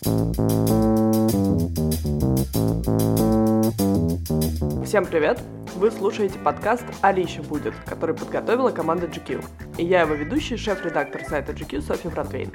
Всем привет! Вы слушаете подкаст «Али еще будет», который подготовила команда GQ. И я его ведущий, шеф-редактор сайта GQ Софья Брандвейн.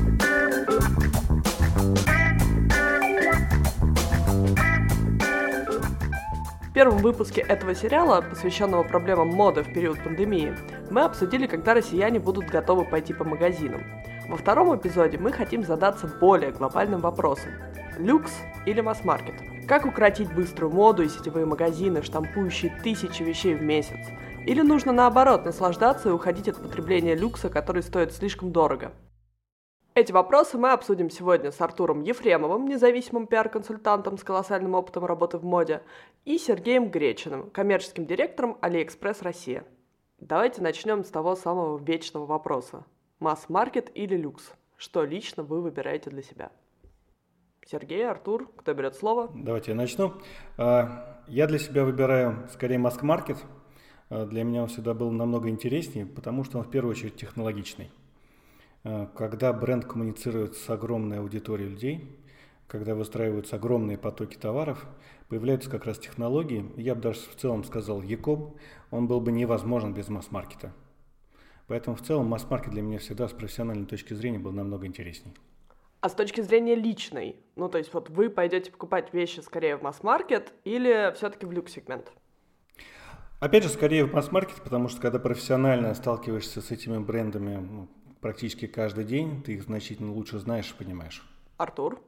В первом выпуске этого сериала, посвященного проблемам моды в период пандемии, мы обсудили, когда россияне будут готовы пойти по магазинам. Во втором эпизоде мы хотим задаться более глобальным вопросом – люкс или масс-маркет? Как укротить быструю моду и сетевые магазины, штампующие тысячи вещей в месяц? Или нужно наоборот наслаждаться и уходить от потребления люкса, который стоит слишком дорого? Эти вопросы мы обсудим сегодня с Артуром Ефремовым, независимым пиар-консультантом с колоссальным опытом работы в моде, и Сергеем Гречиным, коммерческим директором AliExpress Россия. Давайте начнем с того самого вечного вопроса. Масс-маркет или люкс? Что лично вы выбираете для себя? Сергей, Артур, кто берет слово? Давайте я начну. Я для себя выбираю скорее масс-маркет. Для меня он всегда был намного интереснее, потому что он в первую очередь технологичный. Когда бренд коммуницирует с огромной аудиторией людей, когда выстраиваются огромные потоки товаров, появляются как раз технологии. Я бы даже в целом сказал, e-com, он был бы невозможен без масс-маркета. Поэтому в целом масс-маркет для меня всегда с профессиональной точки зрения был намного интересней. А с точки зрения личной, то есть вот вы пойдете покупать вещи скорее в масс-маркет или все-таки в люкс-сегмент? Опять же, скорее в масс-маркет, потому что когда профессионально сталкиваешься с этими брендами практически каждый день, ты их значительно лучше знаешь и понимаешь. Артур?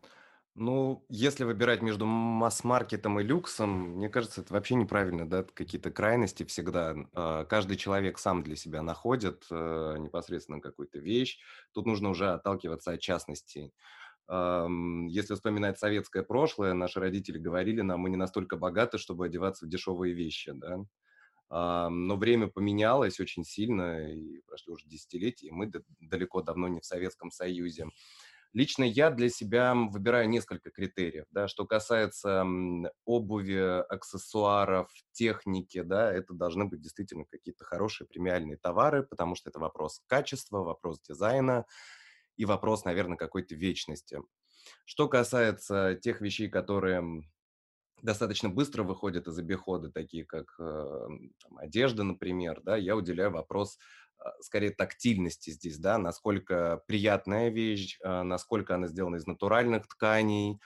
Если выбирать между масс-маркетом и люксом, мне кажется, это вообще неправильно, да, какие-то крайности всегда. Каждый человек сам для себя находит непосредственно какую-то вещь. Тут нужно уже отталкиваться от частностей. Если вспоминать советское прошлое, наши родители говорили нам, мы не настолько богаты, чтобы одеваться в дешевые вещи, да. Но время поменялось очень сильно, и прошли уже десятилетия, и мы далеко давно не в Советском Союзе. Лично я для себя выбираю несколько критериев, да, что касается обуви, аксессуаров, техники, да, это должны быть действительно какие-то хорошие премиальные товары, потому что это вопрос качества, вопрос дизайна и вопрос, наверное, какой-то вечности. Что касается тех вещей, которые достаточно быстро выходят из обихода, такие как одежда, например, да, я уделяю вопрос скорее тактильности здесь, да, насколько приятная вещь, насколько она сделана из натуральных тканей,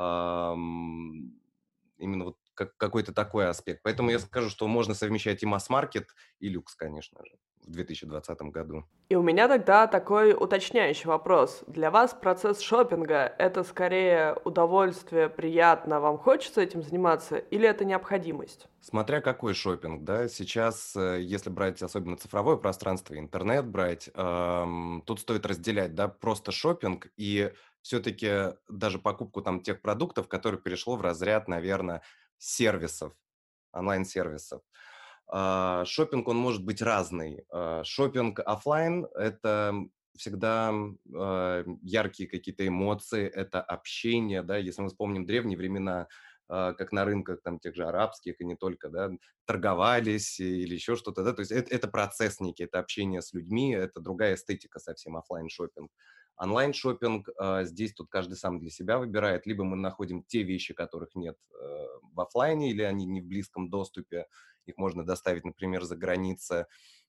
именно вот какой-то такой аспект. Поэтому я скажу, что можно совмещать и масс-маркет, и люкс, конечно же, в 2020 году. И у меня тогда такой уточняющий вопрос. Для вас процесс шопинга – это скорее удовольствие, приятно, вам хочется этим заниматься, или это необходимость? Смотря какой шопинг, да, сейчас, если брать особенно цифровое пространство, интернет брать, тут стоит разделять, да, просто шопинг и все-таки даже покупку там тех продуктов, которые перешло в разряд, наверное, сервисов, онлайн-сервисов. Шопинг, он может быть разный. Шопинг офлайн – это всегда яркие какие-то эмоции, это общение, да, если мы вспомним древние времена, как на рынках там тех же арабских и не только, да, торговались или еще что-то, да, то есть это процесс некий, это общение с людьми, это другая эстетика совсем, офлайн-шопинг. Онлайн-шопинг, здесь тут каждый сам для себя выбирает, либо мы находим те вещи, которых нет в офлайне, или они не в близком доступе, их можно доставить, например, за границей,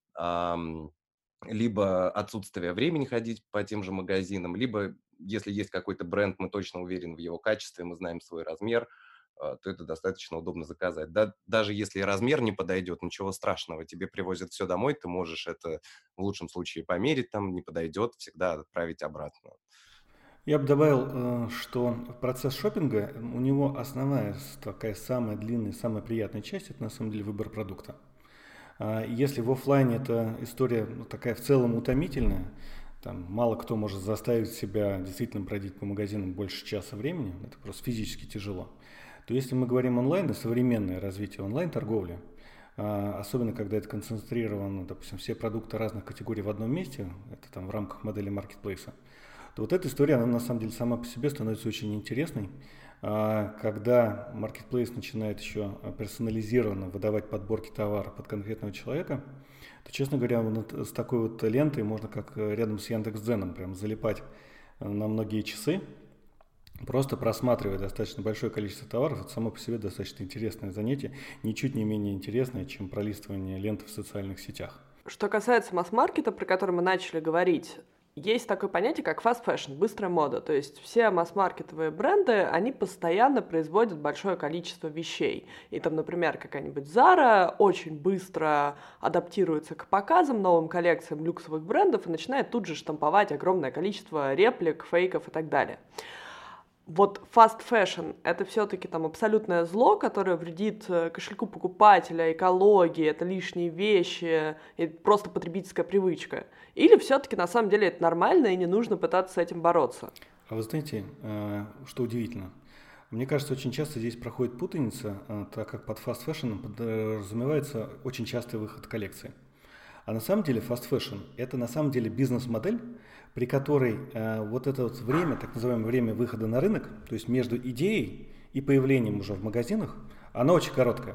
либо отсутствие времени ходить по тем же магазинам, либо если есть какой-то бренд, мы точно уверены в его качестве, мы знаем свой размер, то это достаточно удобно заказать. Даже если размер не подойдет, ничего страшного, тебе привозят все домой, ты можешь это в лучшем случае померить, там не подойдет, всегда отправить обратно. Я бы добавил, что процесс шопинга, у него основная такая самая длинная, самая приятная часть, это на самом деле выбор продукта. Если в офлайне эта история такая в целом утомительная, там мало кто может заставить себя действительно бродить по магазинам больше часа времени, это просто физически тяжело, то если мы говорим онлайн и современное развитие онлайн-торговли, особенно когда это концентрировано, допустим, все продукты разных категорий в одном месте, это там в рамках модели маркетплейса, то вот эта история, она на самом деле сама по себе становится очень интересной. Когда маркетплейс начинает еще персонализированно выдавать подборки товара под конкретного человека, то, честно говоря, с такой вот лентой можно как рядом с Яндекс.Дзеном прям залипать на многие часы. просто просматривая достаточно большое количество товаров, это само по себе достаточно интересное занятие, ничуть не менее интересное, чем пролистывание ленты в социальных сетях. Что касается масс-маркета, про который мы начали говорить, есть такое понятие, как fast fashion, быстрая мода. То есть все масс-маркетовые бренды, они постоянно производят большое количество вещей. И там, например, какая-нибудь Zara очень быстро адаптируется к показам, новым коллекциям люксовых брендов и начинает тут же штамповать огромное количество реплик, фейков и так далее. Вот fast fashion — это все-таки там абсолютное зло, которое вредит кошельку покупателя, экологии, это лишние вещи, это просто потребительская привычка. Или все-таки на самом деле это нормально и не нужно пытаться с этим бороться? А вы знаете, что удивительно? Мне кажется, очень часто здесь проходит путаница, так как под fast fashion подразумевается очень частый выход коллекции. А на самом деле fast fashion — это на самом деле бизнес-модель, при которой вот это вот время, так называемое время выхода на рынок, то есть между идеей и появлением уже в магазинах, оно очень короткое.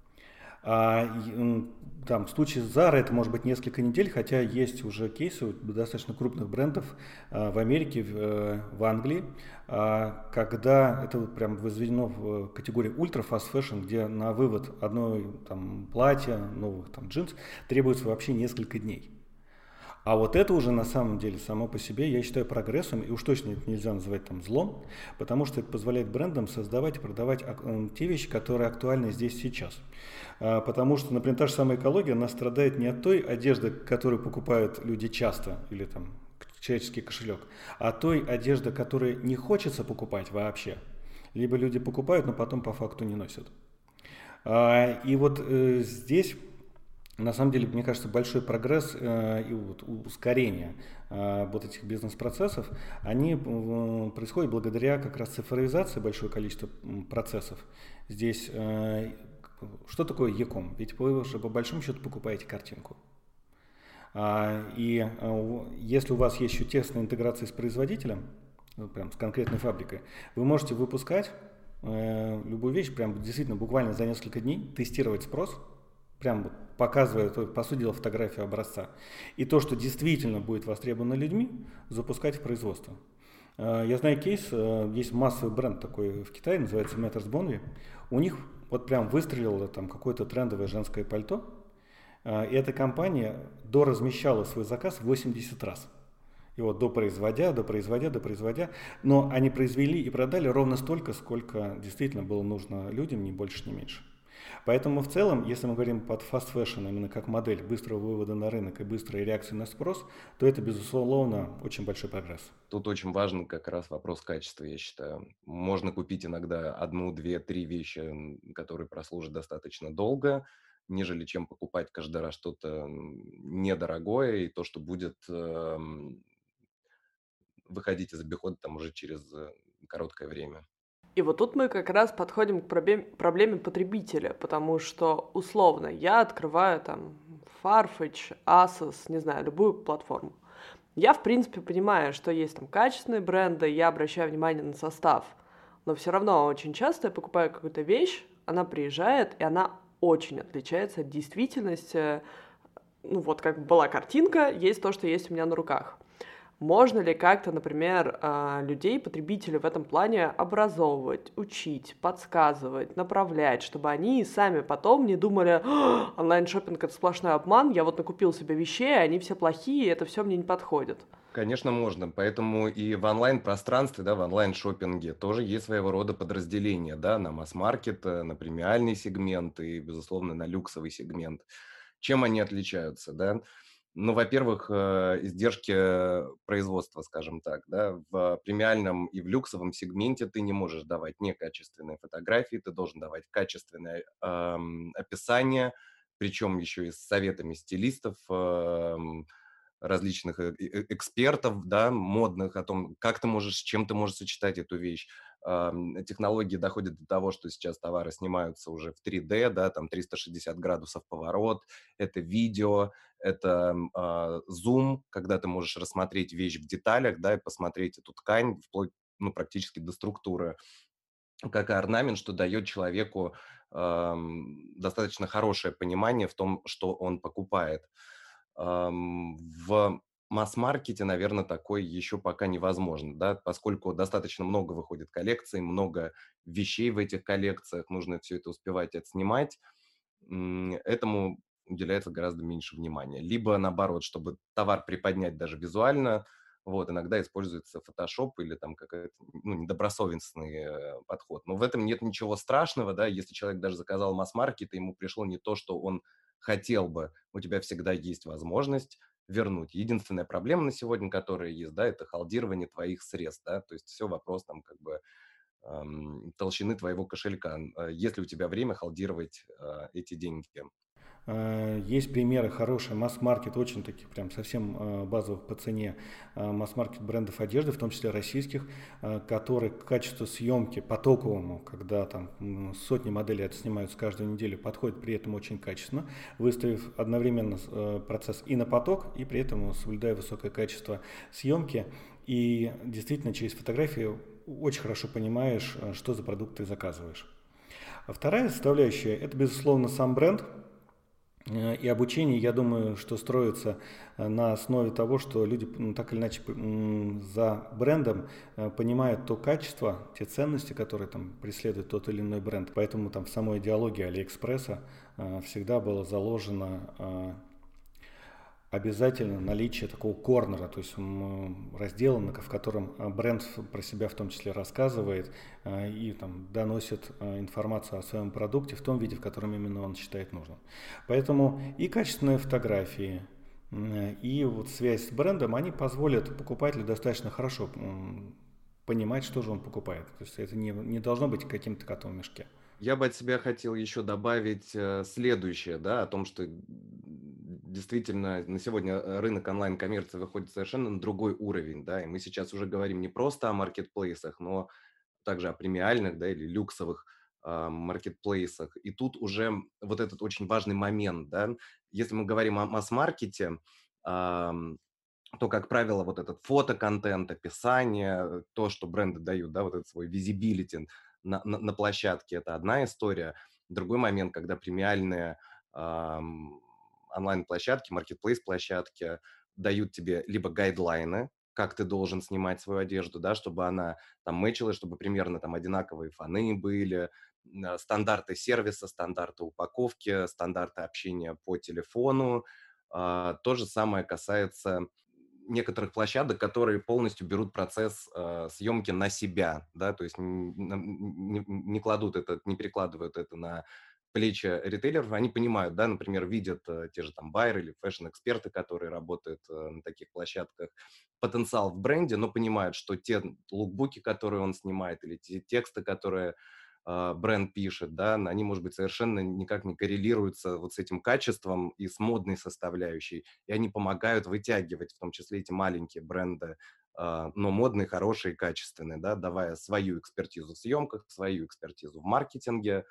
Там, в случае с Zara это может быть несколько недель, хотя есть уже кейсы у достаточно крупных брендов в Америке, в Англии, когда это вот прям возведено в категорию ультра fast fashion, где на вывод одной там платья, новых там джинс требуется вообще несколько дней. А вот это уже на самом деле само по себе, я считаю, прогрессом, и уж точно это нельзя называть там злом, потому что это позволяет брендам создавать и продавать те вещи, которые актуальны здесь сейчас. Потому что, например, та же самая экология, она страдает не от той одежды, которую покупают люди часто, или там человеческий кошелек, а от той одежды, которую не хочется покупать вообще. Либо люди покупают, но потом по факту не носят. И вот здесь на самом деле, мне кажется, большой прогресс и вот ускорение вот этих бизнес-процессов, они происходят благодаря как раз цифровизации большого количества процессов. Здесь что такое e-com? Ведь вы же по большому счету покупаете картинку. И если у вас есть еще тесная интеграция с производителем, прям с конкретной фабрикой, вы можете выпускать любую вещь прям действительно буквально за несколько дней, тестировать спрос, прям вот показывая, по сути дела, фотографию образца. И то, что действительно будет востребовано людьми, запускать в производство. Я знаю кейс, есть массовый бренд такой в Китае, называется Matters Bonvi. У них вот прям выстрелило там какое-то трендовое женское пальто, и эта компания доразмещала свой заказ 80 раз. И вот допроизводя, но они произвели и продали ровно столько, сколько действительно было нужно людям, ни больше, ни меньше. Поэтому в целом, если мы говорим под fast fashion именно как модель быстрого вывода на рынок и быстрой реакции на спрос, то это, безусловно, очень большой прогресс. Тут очень важен как раз вопрос качества, я считаю. Можно купить иногда одну, две, три вещи, которые прослужат достаточно долго, нежели чем покупать каждый раз что-то недорогое и то, что будет выходить из обихода там уже через короткое время. И вот тут мы как раз подходим к проблеме потребителя, потому что, условно, я открываю там Farfetch, Asos, не знаю, любую платформу. Я, в принципе, понимаю, что есть там качественные бренды, я обращаю внимание на состав, но все равно очень часто я покупаю какую-то вещь, она приезжает, и она очень отличается от действительности. Ну вот как была картинка, есть то, что есть у меня на руках. Можно ли как-то, например, людей, потребителей в этом плане образовывать, учить, подсказывать, направлять, чтобы они сами потом не думали: онлайн-шоппинг — это сплошной обман, я вот накупил себе вещей, они все плохие, это все мне не подходит. Конечно, можно. Поэтому и в онлайн-пространстве, да, в онлайн-шоппинге тоже есть своего рода подразделения, да, на масс-маркет, на премиальный сегмент и, безусловно, на люксовый сегмент. Чем они отличаются, да? Ну, во-первых, издержки производства, скажем так, да, в премиальном и в люксовом сегменте ты не можешь давать некачественные фотографии, ты должен давать качественное описание, причем еще и с советами стилистов, различных экспертов, да, модных, о том, как ты можешь, с чем ты можешь сочетать эту вещь. Технологии доходят до того, что сейчас товары снимаются уже в 3D, да, там 360 градусов поворот, это видео, это зум, когда ты можешь рассмотреть вещь в деталях, да, и посмотреть эту ткань вплоть, ну, практически до структуры, как и орнамент, что дает человеку достаточно хорошее понимание в том, что он покупает. В масс-маркете, наверное, такой еще пока невозможно, да, поскольку достаточно много выходит коллекций, много вещей в этих коллекциях, нужно все это успевать отснимать. Этому уделяется гораздо меньше внимания. Либо наоборот, чтобы товар приподнять даже визуально, вот, иногда используется фотошоп или там какой-то, ну, недобросовестный подход. Но в этом нет ничего страшного, да, если человек даже заказал масс-маркет, и ему пришло не то, что он хотел бы, у тебя всегда есть возможность вернуть. Единственная проблема на сегодня, которая есть, да, это холдирование твоих средств, да, то есть все вопрос там как бы толщины твоего кошелька. Есть ли у тебя время холдировать эти деньги? Есть примеры хорошие, масс-маркет, очень таких прям совсем базовых по цене масс-маркет брендов одежды, в том числе российских, которые к качеству съемки потоковому, когда там сотни моделей отснимаются каждую неделю, подходят при этом очень качественно, выставив одновременно процесс и на поток, и при этом соблюдая высокое качество съемки. И действительно через фотографии очень хорошо понимаешь, что за продукт ты заказываешь. А вторая составляющая – это, безусловно, сам бренд. И обучение, я думаю, что строится на основе того, что люди так или иначе за брендом понимают то качество, те ценности, которые там преследует тот или иной бренд. Поэтому там в самой идеологии Алиэкспресса всегда было заложено обязательно наличие такого корнера, то есть раздела, в котором бренд про себя в том числе рассказывает и там, доносит информацию о своем продукте в том виде, в котором именно он считает нужным. Поэтому и качественные фотографии, и вот связь с брендом, они позволят покупателю достаточно хорошо понимать, что же он покупает. То есть это не должно быть каким-то котом в мешке. Я бы от себя хотел еще добавить следующее, да, о том, что действительно на сегодня рынок онлайн-коммерции выходит совершенно на другой уровень, да, и мы сейчас уже говорим не просто о маркетплейсах, но также о премиальных, да, или люксовых маркетплейсах. И тут уже вот этот очень важный момент, да, если мы говорим о масс-маркете, то, как правило, вот этот фотоконтент, описание, то, что бренды дают, да, вот этот свой visibility на площадке, это одна история. Другой момент, когда премиальные онлайн-площадки, маркетплейс-площадки дают тебе либо гайдлайны, как ты должен снимать свою одежду, да, чтобы она там мэчилась, чтобы примерно там одинаковые фоны были, стандарты сервиса, стандарты упаковки, стандарты общения по телефону. То же самое касается некоторых площадок, которые полностью берут процесс съемки на себя, да, то есть не кладут это, не перекладывают это на плечи ритейлеров, они понимают, да, например, видят те же там байеры или фэшн-эксперты, которые работают на таких площадках, потенциал в бренде, но понимают, что те лукбуки, которые он снимает, или те тексты, которые бренд пишет, да, они, может быть, совершенно никак не коррелируются вот с этим качеством и с модной составляющей, и они помогают вытягивать, в том числе эти маленькие бренды, но модные, хорошие, качественные, да, давая свою экспертизу в съемках, свою экспертизу в маркетинге,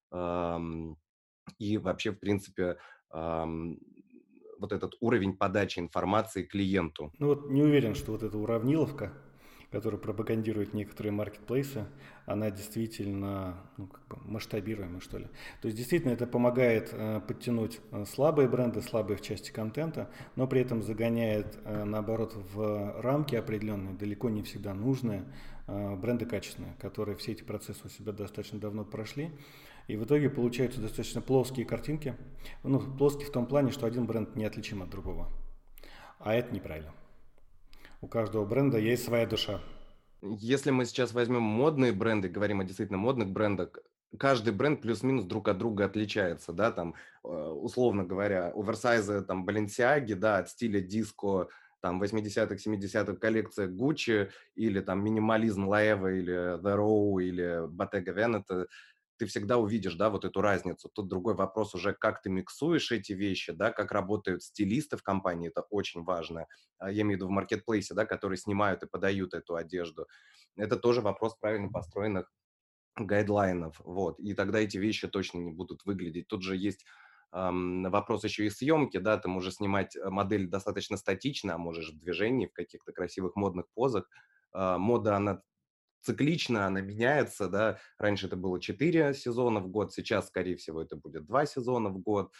и вообще, в принципе, вот этот уровень подачи информации клиенту. Ну вот не уверен, что вот эта уравниловка, которую пропагандируют некоторые маркетплейсы, она действительно как бы масштабируема, что ли. То есть действительно это помогает подтянуть слабые бренды, слабые в части контента, но при этом загоняет, наоборот, в рамки определенные, далеко не всегда нужные, бренды качественные, которые все эти процессы у себя достаточно давно прошли. И в итоге получаются достаточно плоские картинки. Ну, плоские в том плане, что один бренд неотличим от другого. А это неправильно. У каждого бренда есть своя душа. Если мы сейчас возьмем модные бренды, говорим о действительно модных брендах, каждый бренд плюс-минус друг от друга отличается, да, там, условно говоря, оверсайзы, там, Balenciaga, да, от стиля диско, там, 80-х, 70-х коллекция Gucci, или там минимализм Лаэва, или The Row, или Bottega Veneta, ты всегда увидишь, да, вот эту разницу. Тут другой вопрос уже, как ты миксуешь эти вещи, да, как работают стилисты в компании, это очень важно. Я имею в виду в маркетплейсе, да, которые снимают и подают эту одежду. Это тоже вопрос правильно построенных гайдлайнов, вот. И тогда эти вещи точно не будут выглядеть. Тут же есть вопрос еще и съемки, да, ты можешь снимать модель достаточно статично, а можешь в движении, в каких-то красивых модных позах. Мода, она циклично, она меняется, да. Раньше это было 4 сезона в год, сейчас, скорее всего, это будет 2 сезона в год.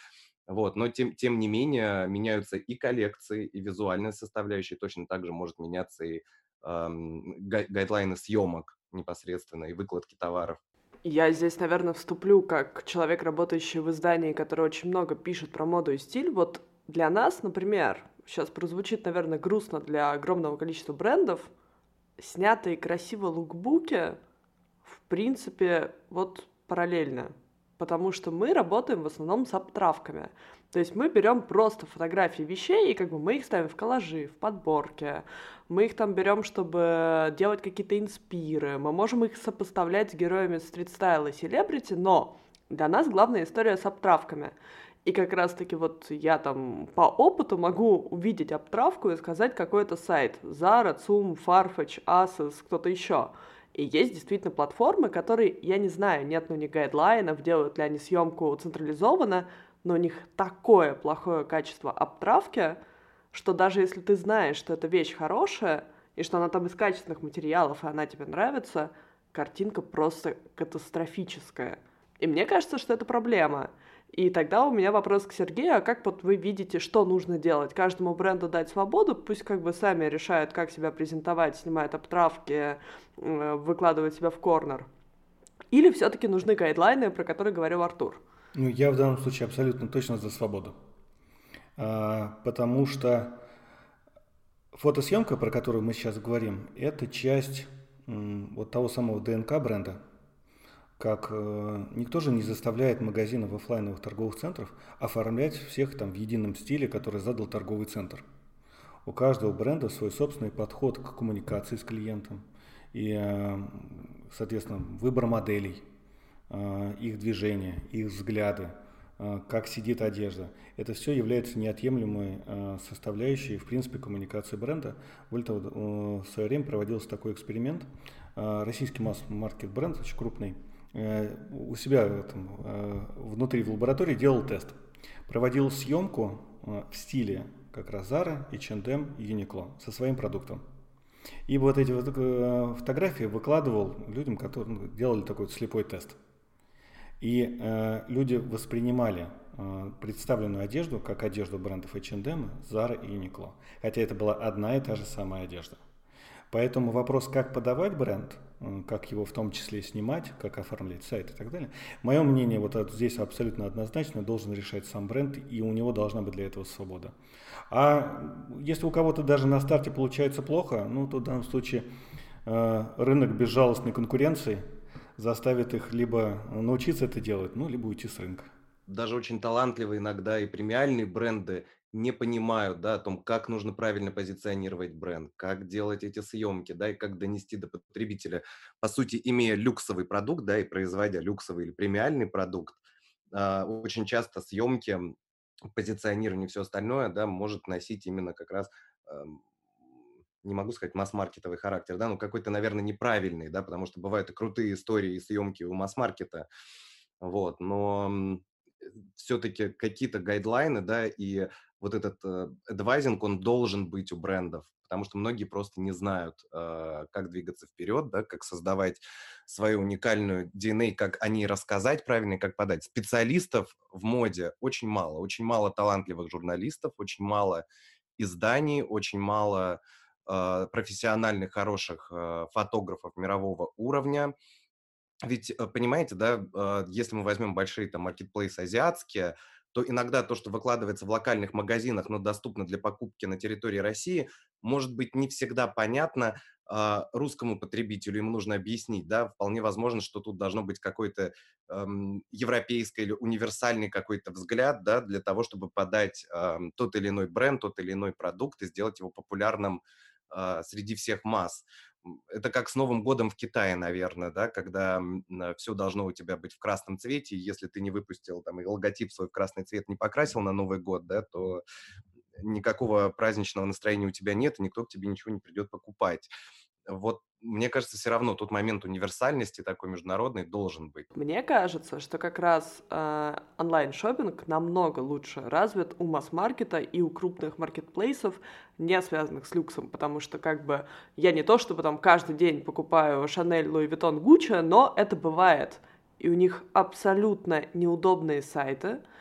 Вот, но тем не менее меняются и коллекции, и визуальная составляющая, точно так же может меняться и гайдлайны съемок непосредственно, и выкладки товаров. Я здесь, наверное, вступлю как человек, работающий в издании, который очень много пишет про моду и стиль. Вот для нас, например, сейчас прозвучит, наверное, грустно для огромного количества брендов, снятые красиво лукбуки, в принципе, вот параллельно. Потому что мы работаем в основном с обтравками. То есть мы берем просто фотографии вещей, и как бы мы их ставим в коллажи, в подборки. Мы их там берем, чтобы делать какие-то инспиры. Мы можем их сопоставлять с героями стрит-стайла и селебрити, но для нас главная история с обтравками. И как раз-таки вот я там по опыту могу увидеть обтравку и сказать какой-то сайт. Zara, Zoom, Farfetch, Asos, кто-то еще. И есть действительно платформы, которые, я не знаю, нет у них гайдлайнов, делают ли они съемку централизованно, но у них такое плохое качество обтравки, что даже если ты знаешь, что эта вещь хорошая, и что она там из качественных материалов, и она тебе нравится, картинка просто катастрофическая. И мне кажется, что это проблема. И тогда у меня вопрос к Сергею, а как вот вы видите, что нужно делать? Каждому бренду дать свободу, пусть как бы сами решают, как себя презентовать, снимают обтравки, выкладывают себя в корнер. Или все-таки нужны гайдлайны, про которые говорил Артур? Ну, я в данном случае абсолютно точно за свободу. Потому что фотосъемка, про которую мы сейчас говорим, это часть вот того самого ДНК бренда. Как никто же не заставляет магазины в офлайновых торговых центрах оформлять всех там в едином стиле, который задал торговый центр. У каждого бренда свой собственный подход к коммуникации с клиентом и, соответственно, выбор моделей, их движения, их взгляды, как сидит одежда. Это все является неотъемлемой составляющей, в принципе, коммуникации бренда. Более того, в свое время проводился такой эксперимент. Российский масс-маркет бренд, очень крупный, у себя внутри в лаборатории делал тест. Проводил съемку в стиле как раз Zara, H&M и Uniqlo со своим продуктом. И вот эти вот фотографии выкладывал людям, которые делали такой слепой тест. И люди воспринимали представленную одежду как одежду брендов H&M, Zara и Uniqlo. Хотя это была одна и та же самая одежда. Поэтому вопрос, как подавать бренд, как его в том числе снимать, как оформлять сайт и так далее, мое мнение вот здесь абсолютно однозначно должен решать сам бренд, и у него должна быть для этого свобода. А если у кого-то даже на старте получается плохо, ну то в данном случае рынок безжалостной конкуренции заставит их либо научиться это делать, ну либо уйти с рынка. Даже очень талантливые иногда и премиальные бренды не понимают, да, о том, как нужно правильно позиционировать бренд, как делать эти съемки, да, и как донести до потребителя. По сути, имея люксовый продукт, да, и производя люксовый или премиальный продукт, очень часто съемки, позиционирование и все остальное, да, может носить именно как раз, не могу сказать масс-маркетовый характер, да, но какой-то, наверное, неправильный, да, потому что бывают и крутые истории и съемки у масс-маркета, вот, но все-таки какие-то гайдлайны, да, и вот этот адвайзинг, он должен быть у брендов, потому что многие просто не знают, как двигаться вперед, да, как создавать свою уникальную DNA, как о ней рассказать правильно и как подать. Специалистов в моде очень мало талантливых журналистов, очень мало изданий, очень мало профессиональных, хороших фотографов мирового уровня. Ведь, понимаете, да, если мы возьмем большие там маркетплейсы азиатские, то иногда то, что выкладывается в локальных магазинах, но доступно для покупки на территории России, может быть не всегда понятно русскому потребителю, ему нужно объяснить, да, вполне возможно, что тут должно быть какой-то европейский или универсальный какой-то взгляд, да, для того, чтобы подать тот или иной бренд, тот или иной продукт и сделать его популярным среди всех масс. Это как с Новым годом в Китае, наверное, да, когда все должно у тебя быть в красном цвете, и если ты не выпустил там и логотип свой в красный цвет, не покрасил на Новый год, да, то никакого праздничного настроения у тебя нет, и никто к тебе ничего не придет покупать. Вот мне кажется, все равно тот момент универсальности такой международный должен быть. Мне кажется, что как раз онлайн-шоппинг намного лучше развит у масс-маркета и у крупных маркетплейсов, не связанных с люксом, потому что как бы я не то чтобы там каждый день покупаю Шанель, Луи Виттон, Гуччи, но это бывает. И у них абсолютно неудобные сайты,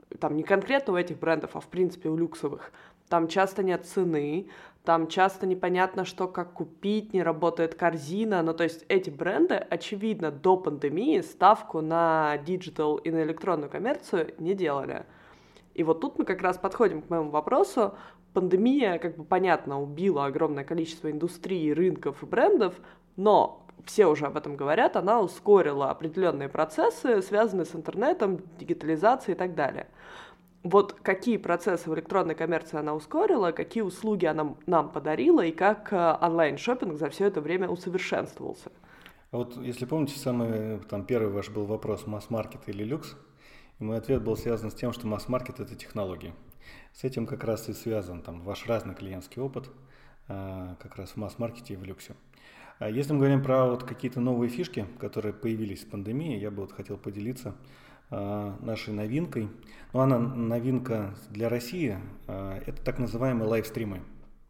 там не конкретно у этих брендов, а в принципе у люксовых, там часто нет цены, там часто непонятно, что как купить, не работает корзина. Ну, то есть эти бренды, очевидно, до пандемии ставку на диджитал и на электронную коммерцию не делали. И вот тут мы как раз подходим к моему вопросу. Пандемия, как бы понятно, убила огромное количество индустрий, рынков и брендов, но все уже об этом говорят, она ускорила определенные процессы, связанные с интернетом, дигитализацией и так далее. Вот какие процессы в электронной коммерции она ускорила, какие услуги она нам подарила и как онлайн-шоппинг за все это время усовершенствовался? А вот если помните, самый там первый ваш был вопрос, масс-маркет или люкс, и мой ответ был связан с тем, что масс-маркет – это технологии. С этим как раз и связан там ваш разный клиентский опыт, как раз в масс-маркете и в люксе. Если мы говорим про вот какие-то новые фишки, которые появились в пандемии, я бы вот хотел поделиться нашей новинкой. Но она новинка для России, это так называемые лайвстримы.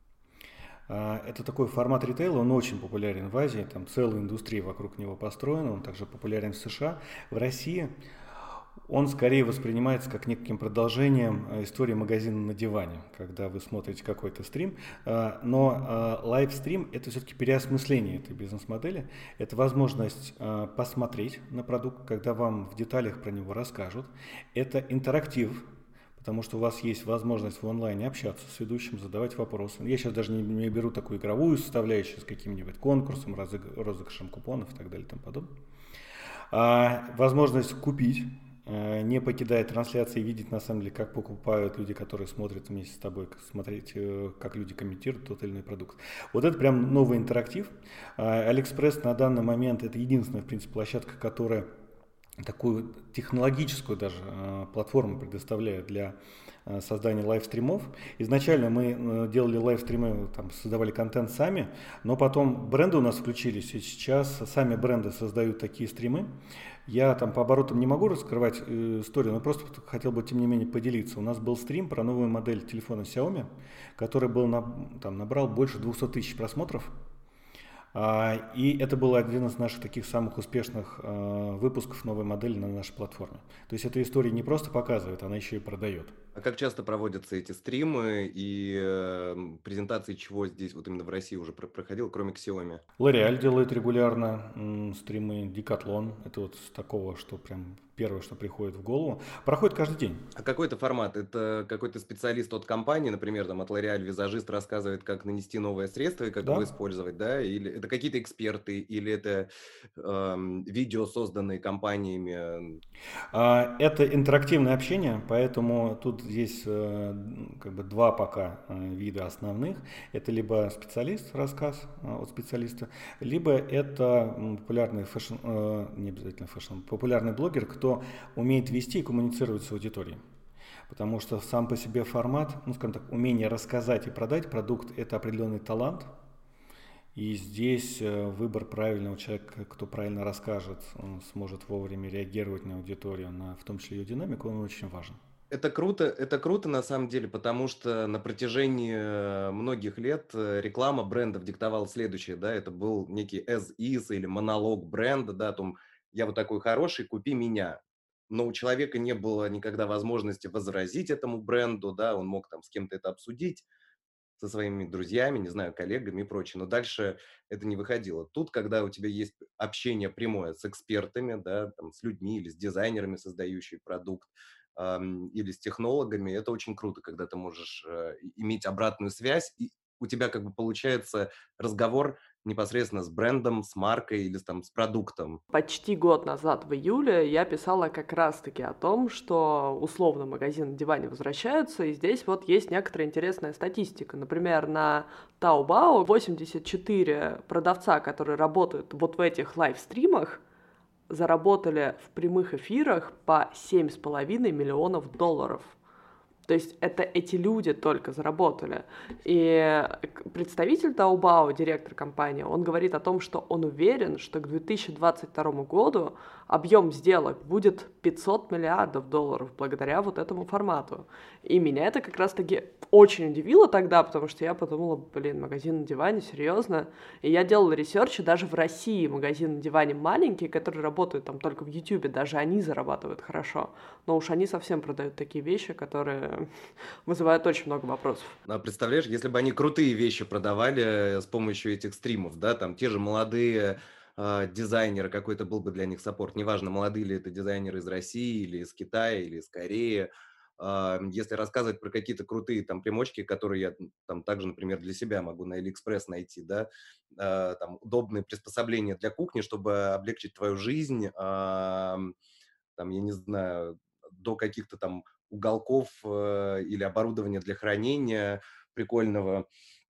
Это такой формат ритейла, он очень популярен в Азии, там целая индустрия вокруг него построена, он также популярен в США. В России он скорее воспринимается как неким продолжением истории магазина на диване, когда вы смотрите какой-то стрим. Но лайвстрим – это все-таки переосмысление этой бизнес-модели. Это возможность посмотреть на продукт, когда вам в деталях про него расскажут. Это интерактив, потому что у вас есть возможность в онлайне общаться с ведущим, задавать вопросы. Я сейчас даже не беру такую игровую составляющую с каким-нибудь конкурсом, розыгрышем купонов и так далее и тому подобное. Возможность купить, не покидая трансляции, видеть на самом деле, как покупают люди, которые смотрят вместе с тобой, смотреть, как люди комментируют тот или иной продукт. Вот это прям новый интерактив. AliExpress на данный момент это единственная, в принципе, площадка, которая такую технологическую даже платформу предоставляет для создания лайвстримов. Изначально мы делали лайвстримы, там, создавали контент сами, но потом бренды у нас включились, и сейчас сами бренды создают такие стримы. Я там по оборотам не могу раскрывать историю, но просто хотел бы, тем не менее, поделиться. У нас был стрим про новую модель телефона Xiaomi, который был набрал больше 200 тысяч просмотров. И это был один из наших таких самых успешных выпусков новой модели на нашей платформе. То есть эта история не просто показывает, она еще и продает. А как часто проводятся эти стримы и презентации чего здесь вот именно в России уже проходило, кроме Xiaomi? L'Oréal делает регулярно стримы, Decathlon, это вот с такого, что прям первое, что приходит в голову. Проходит каждый день. А какой это формат? Это какой-то специалист от компании, например, там от L'Oréal визажист рассказывает, как нанести новое средство и как его использовать, да? Или это какие-то эксперты, или это видео, созданные компаниями? Это интерактивное общение, поэтому тут есть как бы два пока вида основных. Это либо специалист, рассказ от специалиста, либо это популярный не обязательно популярный блогер, кто умеет вести и коммуницировать с аудиторией. Потому что сам по себе формат, скажем так, умение рассказать и продать продукт – это определенный талант. И здесь выбор правильного человека, кто правильно расскажет, он сможет вовремя реагировать на аудиторию, в том числе ее динамику, он очень важен. Это круто на самом деле, потому что на протяжении многих лет реклама брендов диктовала следующее, да, это был некий as is или монолог бренда, да, о том, я вот такой хороший, купи меня. Но у человека не было никогда возможности возразить этому бренду, да, он мог там с кем-то это обсудить, со своими друзьями, не знаю, коллегами и прочее, но дальше это не выходило. Тут, когда у тебя есть общение прямое с экспертами, да, там, с людьми или с дизайнерами, создающими продукт, или с технологами, это очень круто, когда ты можешь иметь обратную связь, и у тебя как бы получается разговор непосредственно с брендом, с маркой или там с продуктом. Почти год назад, в июле, я писала как раз-таки о том, что условно магазин на диване возвращаются, и здесь вот есть некоторая интересная статистика. Например, на Taobao 84 продавца, которые работают вот в этих лайвстримах, заработали в прямых эфирах по $7,5 миллионов. То есть это эти люди только заработали. И представитель Taobao, директор компании, он говорит о том, что он уверен, что к 2022 году объем сделок будет 500 миллиардов долларов благодаря вот этому формату. И меня это как раз-таки очень удивило тогда, потому что я подумала, магазин на диване, серьезно? И я делала ресерч, и даже в России магазин на диване маленькие, которые работают там только в Ютубе, даже они зарабатывают хорошо. Но уж они совсем продают такие вещи, которые вызывают очень много вопросов. А представляешь, если бы они крутые вещи продавали с помощью этих стримов, да, там те же молодые дизайнеры, какой-то был бы для них саппорт, неважно, молодые ли это дизайнеры из России, или из Китая, или из Кореи, если рассказывать про какие-то крутые там примочки, которые я там также, например, для себя могу на AliExpress найти, да, там удобные приспособления для кухни, чтобы облегчить твою жизнь, там, я не знаю, до каких-то там уголков или оборудования для хранения прикольного.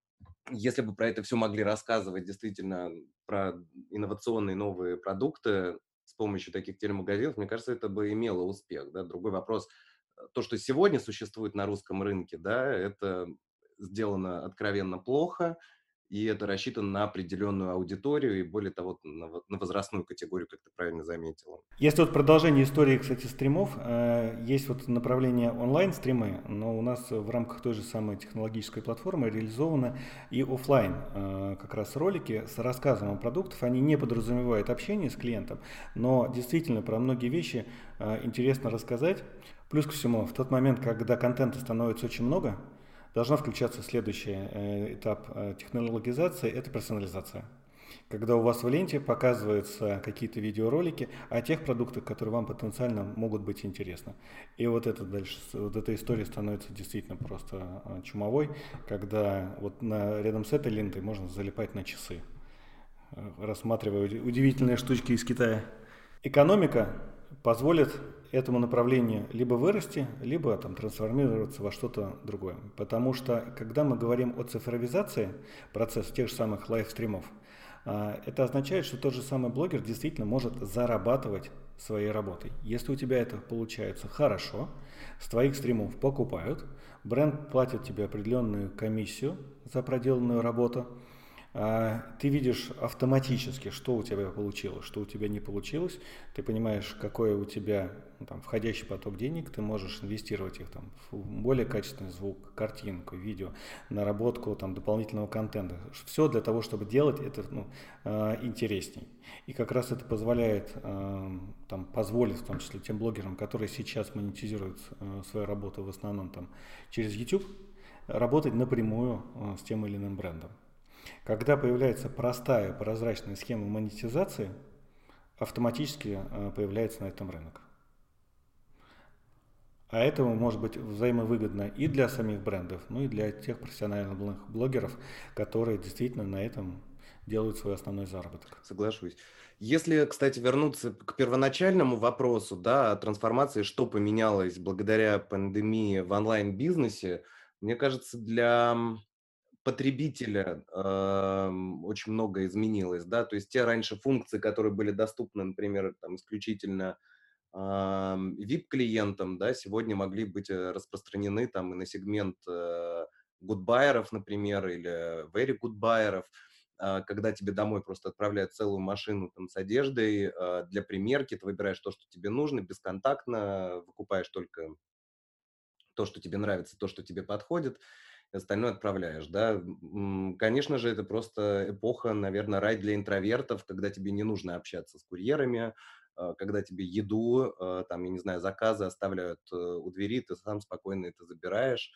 Если бы про это все могли рассказывать, действительно, про инновационные новые продукты с помощью таких телемагазинов, мне кажется, это бы имело успех, да. Другой вопрос, то, что сегодня существует на русском рынке, да, это сделано откровенно плохо, и это рассчитано на определенную аудиторию и, более того, на возрастную категорию, как ты правильно заметила. Если вот продолжение истории, кстати, стримов, есть вот направление онлайн-стримы, но у нас в рамках той же самой технологической платформы реализовано и офлайн как раз ролики с рассказом о продуктах. Они не подразумевают общение с клиентом, но действительно про многие вещи интересно рассказать. Плюс ко всему, в тот момент, когда контента становится очень много, должна включаться следующий этап технологизации – это персонализация. Когда у вас в ленте показываются какие-то видеоролики о тех продуктах, которые вам потенциально могут быть интересны. И вот это дальше, вот эта история становится действительно просто чумовой, когда вот рядом с этой лентой можно залипать на часы, рассматривая удивительные штучки из Китая. Экономика позволит этому направлению либо вырасти, либо там трансформироваться во что-то другое. Потому что, когда мы говорим о цифровизации процесса тех же самых лайвстримов, это означает, что тот же самый блогер действительно может зарабатывать своей работой. Если у тебя это получается хорошо, с твоих стримов покупают, бренд платит тебе определенную комиссию за проделанную работу, ты видишь автоматически, что у тебя получилось, что у тебя не получилось, ты понимаешь, какой у тебя там входящий поток денег, ты можешь инвестировать их там, в более качественный звук, картинку, видео, наработку там, дополнительного контента. Все для того, чтобы делать это интересней. И как раз это позволяет, позволит в том числе тем блогерам, которые сейчас монетизируют свою работу в основном там, через YouTube, работать напрямую с тем или иным брендом. Когда появляется простая, прозрачная схема монетизации, автоматически появляется на этом рынок. А это может быть взаимовыгодно и для самих брендов, ну и для тех профессиональных блогеров, которые действительно на этом делают свой основной заработок. Соглашусь. Если, кстати, вернуться к первоначальному вопросу, да, о трансформации, что поменялось благодаря пандемии в онлайн-бизнесе, мне кажется, для потребителя очень много изменилось, да, то есть те раньше функции, которые были доступны, например, там, исключительно VIP-клиентам, да, сегодня могли быть распространены там и на сегмент good buyer'ов, например, или very good buyer'ов, когда тебе домой просто отправляют целую машину там, с одеждой для примерки, ты выбираешь то, что тебе нужно, бесконтактно, выкупаешь только то, что тебе нравится, то, что тебе подходит, остальное отправляешь, да. Конечно же, это просто эпоха, наверное, рай для интровертов, когда тебе не нужно общаться с курьерами, когда тебе еду, там, я не знаю, заказы оставляют у двери, ты сам спокойно это забираешь.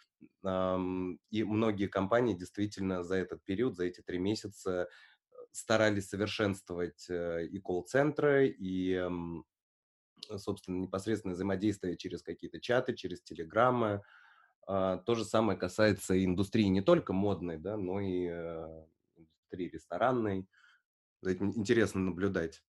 И многие компании действительно за этот период, за эти 3 месяца старались совершенствовать и колл-центры, и, собственно, непосредственное взаимодействие через какие-то чаты, через телеграммы. То же самое касается и индустрии не только модной, да, но и индустрии ресторанной. За этим интересно наблюдать.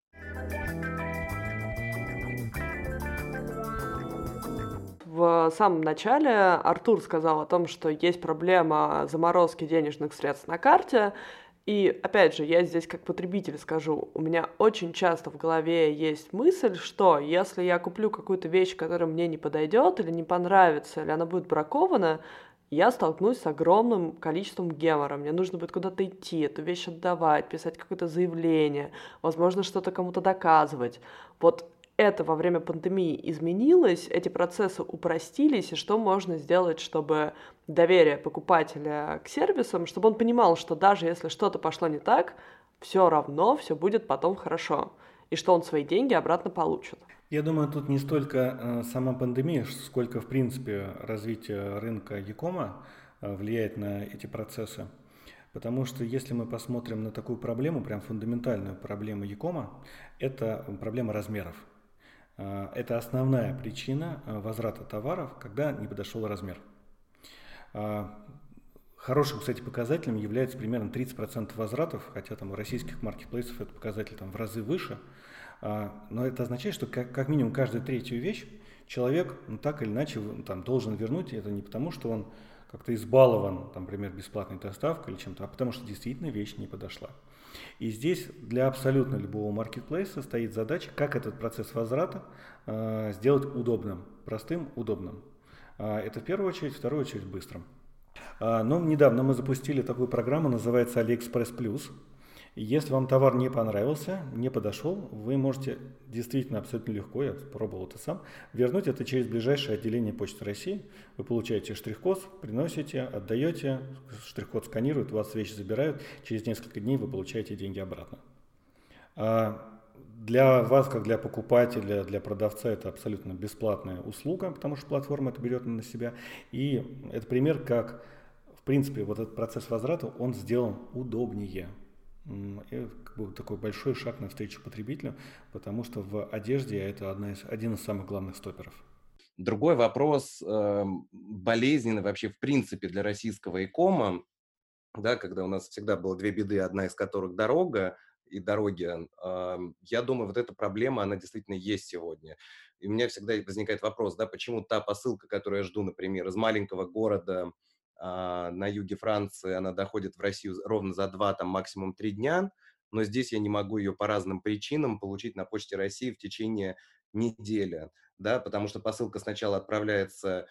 В самом начале Артур сказал о том, что есть проблема заморозки денежных средств на карте. И, опять же, я здесь как потребитель скажу, у меня очень часто в голове есть мысль, что если я куплю какую-то вещь, которая мне не подойдет или не понравится, или она будет бракована, Я столкнусь с огромным количеством гемора. Мне нужно будет куда-то идти, эту вещь отдавать, писать какое-то заявление, возможно, что-то кому-то доказывать. Вот это во время пандемии изменилось, эти процессы упростились, и что можно сделать, чтобы доверие покупателя к сервисам, чтобы он понимал, что даже если что-то пошло не так, все равно все будет потом хорошо, и что он свои деньги обратно получит. Я думаю, тут не столько сама пандемия, сколько, в принципе, развитие рынка Якома влияет на эти процессы. Потому что если мы посмотрим на такую проблему, прям фундаментальную проблему Якома, это проблема размеров. Это основная причина возврата товаров, когда не подошел размер. Хорошим, кстати, показателем является примерно 30% возвратов, хотя там у российских маркетплейсов этот показатель там в разы выше. Но это означает, что как минимум каждую третью вещь человек так или иначе там, должен вернуть. Это не потому, что он как-то избалован, там, например, бесплатной доставкой или чем-то, а потому что действительно вещь не подошла. И здесь для абсолютно любого маркетплейса стоит задача, как этот процесс возврата сделать удобным, простым, удобным. Это в первую очередь, в вторую очередь быстрым. Но недавно мы запустили такую программу, называется AliExpress Plus. И если вам товар не понравился, не подошел, вы можете действительно абсолютно легко, я пробовал это сам, вернуть это через ближайшее отделение Почты России. Вы получаете штрих-код, приносите, отдаете, штрих-код сканируют, у вас вещи забирают, через несколько дней вы получаете деньги обратно. Для вас, как для покупателя, для продавца, это абсолютно бесплатная услуга, потому что платформа это берет на себя. И это пример, как, в принципе, вот этот процесс возврата, он сделан удобнее. И как бы такой большой шаг навстречу потребителю, потому что в одежде это один из самых главных стоперов. Другой вопрос, болезненный вообще в принципе для российского e-кома, да, когда у нас всегда было две беды, одна из которых дорога и дороги. Я думаю, вот эта проблема, она действительно есть сегодня. И у меня всегда возникает вопрос, да, почему та посылка, которую я жду, например, из маленького города на юге Франции, она доходит в Россию ровно за 2, там, максимум 3 дня, но здесь я не могу ее по разным причинам получить на Почте России в течение недели, да, потому что посылка сначала отправляется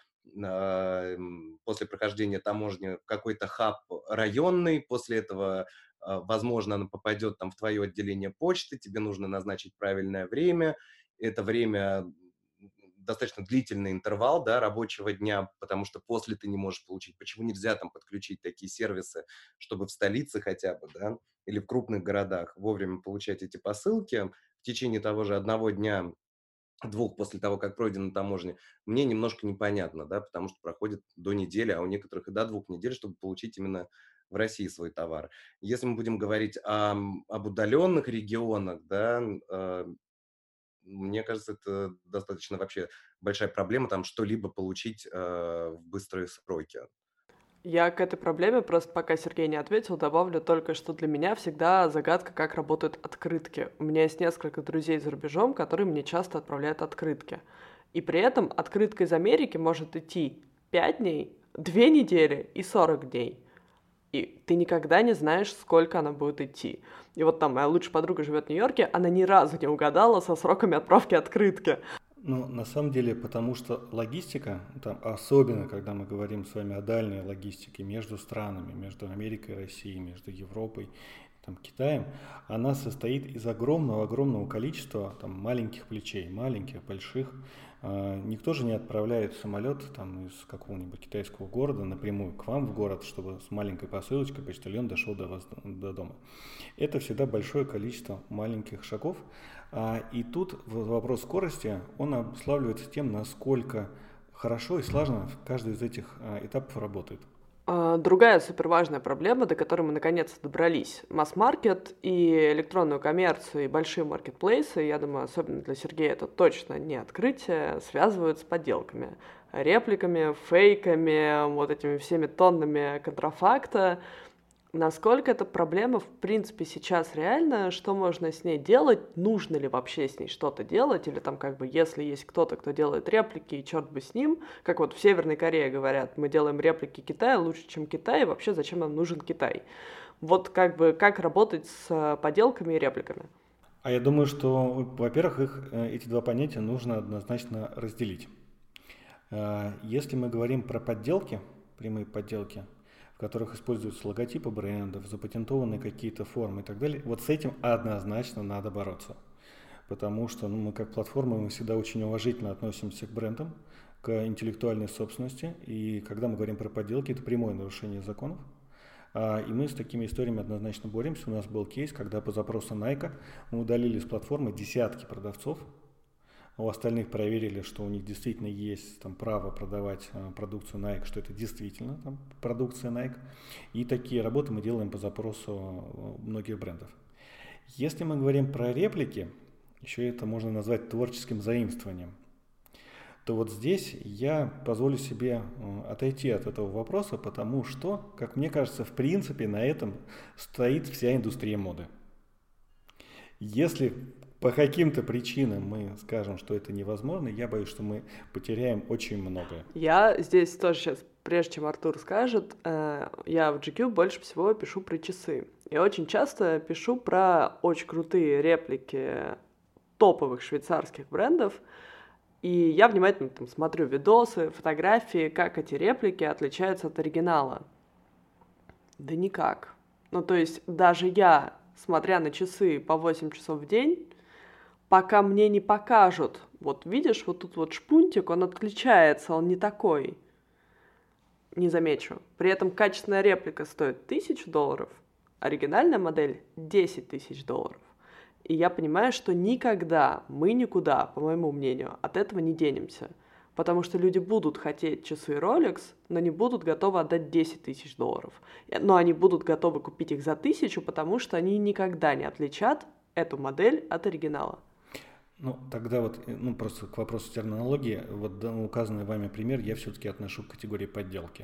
после прохождения таможни в какой-то хаб районный, после этого, возможно, она попадет там в твое отделение почты, тебе нужно назначить правильное время, это время достаточно длительный интервал, да, рабочего дня, потому что после ты не можешь получить. Почему нельзя там подключить такие сервисы, чтобы в столице хотя бы, да, или в крупных городах вовремя получать эти посылки в течение того же одного дня, двух после того, как пройдена таможня, мне немножко непонятно, да, потому что проходит до недели, а у некоторых и до 2 недель, чтобы получить именно в России свой товар. Если мы будем говорить об удаленных регионах, да, мне кажется, это достаточно вообще большая проблема, там что-либо получить в быстрые сроки. Я к этой проблеме, просто пока Сергей не ответил, добавлю только, что для меня всегда загадка, как работают открытки. У меня есть несколько друзей за рубежом, которые мне часто отправляют открытки. И при этом открытка из Америки может идти 5 дней, 2 недели и 40 дней. И ты никогда не знаешь, сколько она будет идти. И вот там моя лучшая подруга живет в Нью-Йорке, она ни разу не угадала со сроками отправки открытки. Ну, на самом деле, потому что логистика, там, особенно когда мы говорим с вами о дальней логистике между странами, между Америкой и Россией, между Европой там, Китаем, она состоит из огромного количества там, маленьких плечей, маленьких, больших. Никто же не отправляет самолет там, из какого-нибудь китайского города напрямую к вам в город, чтобы с маленькой посылочкой почтальон дошел до вас до дома. Это всегда большое количество маленьких шагов. И тут вопрос скорости, он обуславливается тем, насколько хорошо и слаженно каждый из этих этапов работает. Другая суперважная проблема, до которой мы наконец-то добрались. Масс-маркет и электронную коммерцию, и большие маркетплейсы, я думаю, особенно для Сергея это точно не открытие, связывают с подделками, репликами, фейками, вот этими всеми тоннами контрафакта. Насколько эта проблема, в принципе, сейчас реальна, что можно с ней делать, нужно ли вообще с ней что-то делать, или там как бы, если есть кто-то, кто делает реплики, и черт бы с ним, как вот в Северной Корее говорят, мы делаем реплики Китая лучше, чем Китай, и вообще зачем нам нужен Китай? Вот как бы, как работать с подделками и репликами? А я думаю, что, во-первых, эти два понятия нужно однозначно разделить. Если мы говорим про подделки, прямые подделки, в которых используются логотипы брендов, запатентованные какие-то формы и так далее, вот с этим однозначно надо бороться. Потому что мы как платформа, мы всегда очень уважительно относимся к брендам, к интеллектуальной собственности. И когда мы говорим про подделки, это прямое нарушение законов. И мы с такими историями однозначно боремся. У нас был кейс, когда по запросу Nike мы удалили с платформы десятки продавцов. У остальных проверили, что у них действительно есть там право продавать продукцию Nike, что это действительно там продукция Nike. И такие работы мы делаем по запросу многих брендов. Если мы говорим про реплики, еще это можно назвать творческим заимствованием, то вот здесь я позволю себе отойти от этого вопроса, потому что, как мне кажется, в принципе на этом стоит вся индустрия моды. Если по каким-то причинам мы скажем, что это невозможно, я боюсь, что мы потеряем очень многое. Я здесь тоже сейчас, прежде чем Артур скажет, я в GQ больше всего пишу про часы. Я очень часто пишу про очень крутые реплики топовых швейцарских брендов, и я внимательно там смотрю видосы, фотографии, как эти реплики отличаются от оригинала. Да никак. Ну, то есть даже я, смотря на часы по 8 часов в день, пока мне не покажут, вот видишь, вот тут вот шпунтик, он отличается, он не такой, не замечу. При этом качественная реплика стоит $1000, оригинальная модель $10 000. И я понимаю, что никогда мы никуда, по моему мнению, от этого не денемся. Потому что люди будут хотеть часы Rolex, но не будут готовы отдать $10 000. Но они будут готовы купить их за 1000, потому что они никогда не отличат эту модель от оригинала. Ну, тогда вот, просто к вопросу терминологии, вот указанный вами пример я все-таки отношу к категории подделки.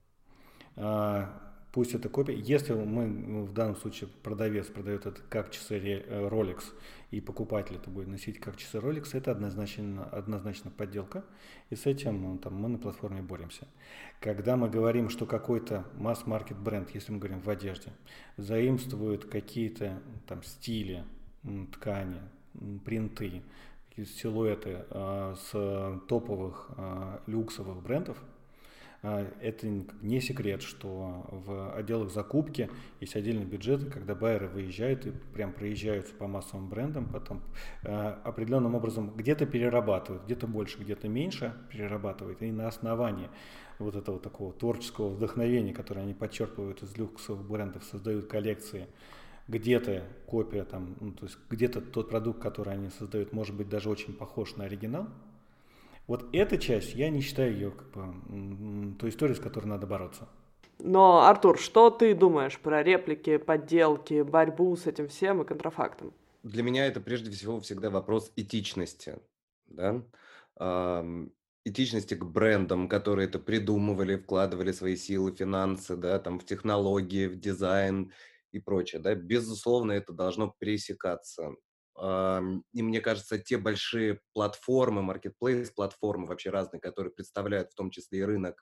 Пусть это копия. Если мы, в данном случае, продавец продает это как часы Rolex, и покупатель это будет носить как часы Rolex, это однозначно подделка, и с этим мы на платформе боремся. Когда мы говорим, что какой-то масс-маркет бренд, если мы говорим в одежде, заимствует какие-то там стили, ткани, принты, силуэты с топовых люксовых брендов, это не секрет, что в отделах закупки есть отдельные бюджеты, когда байеры выезжают и прям проезжаются по массовым брендам, потом определенным образом где-то перерабатывают, где-то больше, где-то меньше перерабатывают, и на основании вот этого такого творческого вдохновения, которое они подчерпывают из люксовых брендов, создают коллекции. Где-то копия, то есть где-то тот продукт, который они создают, может быть даже очень похож на оригинал. Вот эта часть, я не считаю ее той историей, с которой надо бороться. Но, Артур, что ты думаешь про реплики, подделки, борьбу с этим всем и контрафактом? Для меня это прежде всего всегда вопрос этичности, да? Этичности к брендам, которые это придумывали, вкладывали свои силы, финансы, да, там, в технологии, в дизайн и прочее, да. Безусловно, это должно пересекаться. И мне кажется, те большие платформы, маркетплейс-платформы вообще разные, которые представляют в том числе и рынок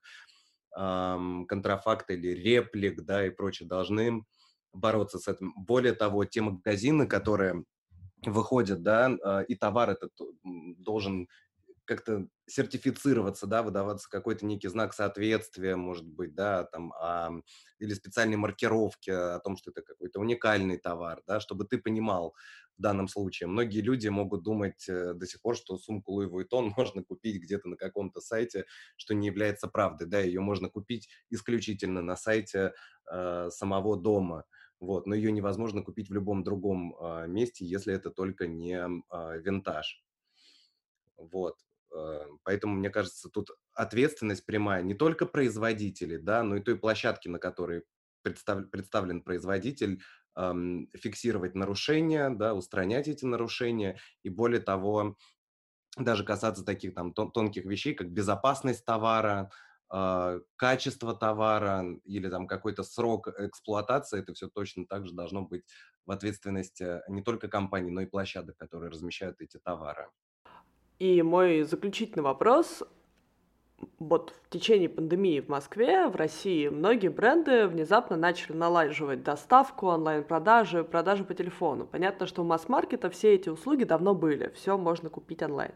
контрафакта или реплик, да, и прочее, должны бороться с этим. Более того, те магазины, которые выходят, да, и товар этот должен как-то сертифицироваться, да, выдаваться какой-то некий знак соответствия, может быть, да, там, или специальные маркировки о том, что это какой-то уникальный товар, да, чтобы ты понимал в данном случае. Многие люди могут думать до сих пор, что сумку Louis Vuitton можно купить где-то на каком-то сайте, что не является правдой, да, ее можно купить исключительно на сайте самого дома. Вот, но ее невозможно купить в любом другом месте, если это только не винтаж. Вот. Поэтому, мне кажется, тут ответственность прямая не только производителей, да, но и той площадки, на которой представлен производитель, фиксировать нарушения, да, устранять эти нарушения и, более того, даже касаться таких там тонких вещей, как безопасность товара, качество товара или там какой-то срок эксплуатации, это все точно так же должно быть в ответственности не только компаний, но и площадок, которые размещают эти товары. И мой заключительный вопрос. Вот в течение пандемии в Москве, в России, многие бренды внезапно начали налаживать доставку, онлайн-продажи, продажи по телефону. Понятно, что у масс-маркета все эти услуги давно были, все можно купить онлайн.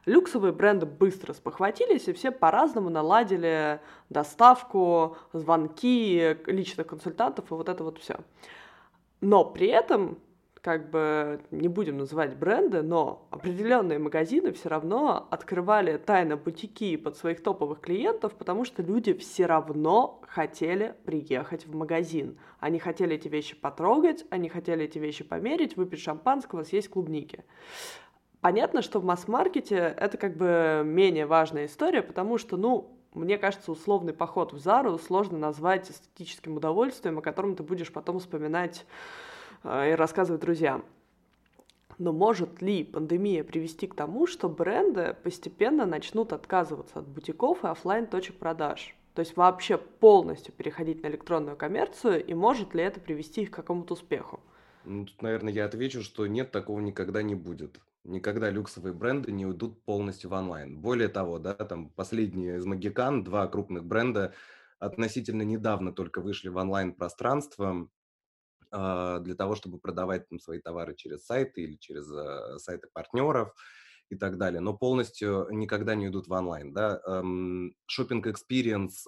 Люксовые бренды быстро спохватились, и все по-разному наладили доставку, звонки, личных консультантов и вот это вот все. Но при этом, как бы не будем называть бренды, но определенные магазины все равно открывали тайно бутики под своих топовых клиентов, потому что люди все равно хотели приехать в магазин. Они хотели эти вещи потрогать, они хотели эти вещи померить, выпить шампанского, съесть клубники. Понятно, что в масс-маркете это как бы менее важная история, потому что, мне кажется, условный поход в Зару сложно назвать эстетическим удовольствием, о котором ты будешь потом вспоминать и рассказывать друзьям. Но может ли пандемия привести к тому, что бренды постепенно начнут отказываться от бутиков и офлайн точек продаж? То есть вообще полностью переходить на электронную коммерцию, и может ли это привести их к какому-то успеху? Тут, наверное, я отвечу, что нет, такого никогда не будет. Никогда люксовые бренды не уйдут полностью в онлайн. Более того, да, там последние из Магикан, 2 крупных бренда относительно недавно только вышли в онлайн-пространство, для того, чтобы продавать там свои товары через сайты или через сайты партнеров и так далее, но полностью никогда не уйдут в онлайн. Да? Shopping experience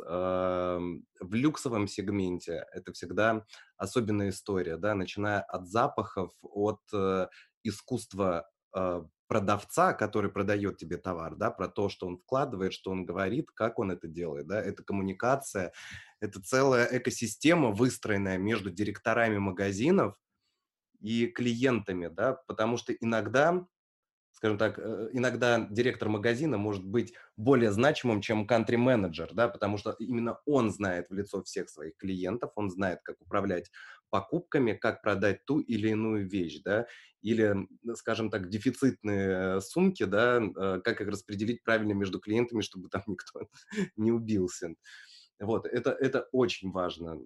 в люксовом сегменте – это всегда особенная история, да? Начиная от запахов, от искусства продавца, который продает тебе товар, да, про то, что он вкладывает, что он говорит, как он это делает, да, это коммуникация, это целая экосистема, выстроенная между директорами магазинов и клиентами, да, потому что иногда, скажем так, иногда директор магазина может быть более значимым, чем кантри-менеджер, да, потому что именно он знает в лицо всех своих клиентов, он знает, как управлять покупками, как продать ту или иную вещь, да, или, скажем так, дефицитные сумки, да, как их распределить правильно между клиентами, чтобы там никто не убился. Вот, это очень важно.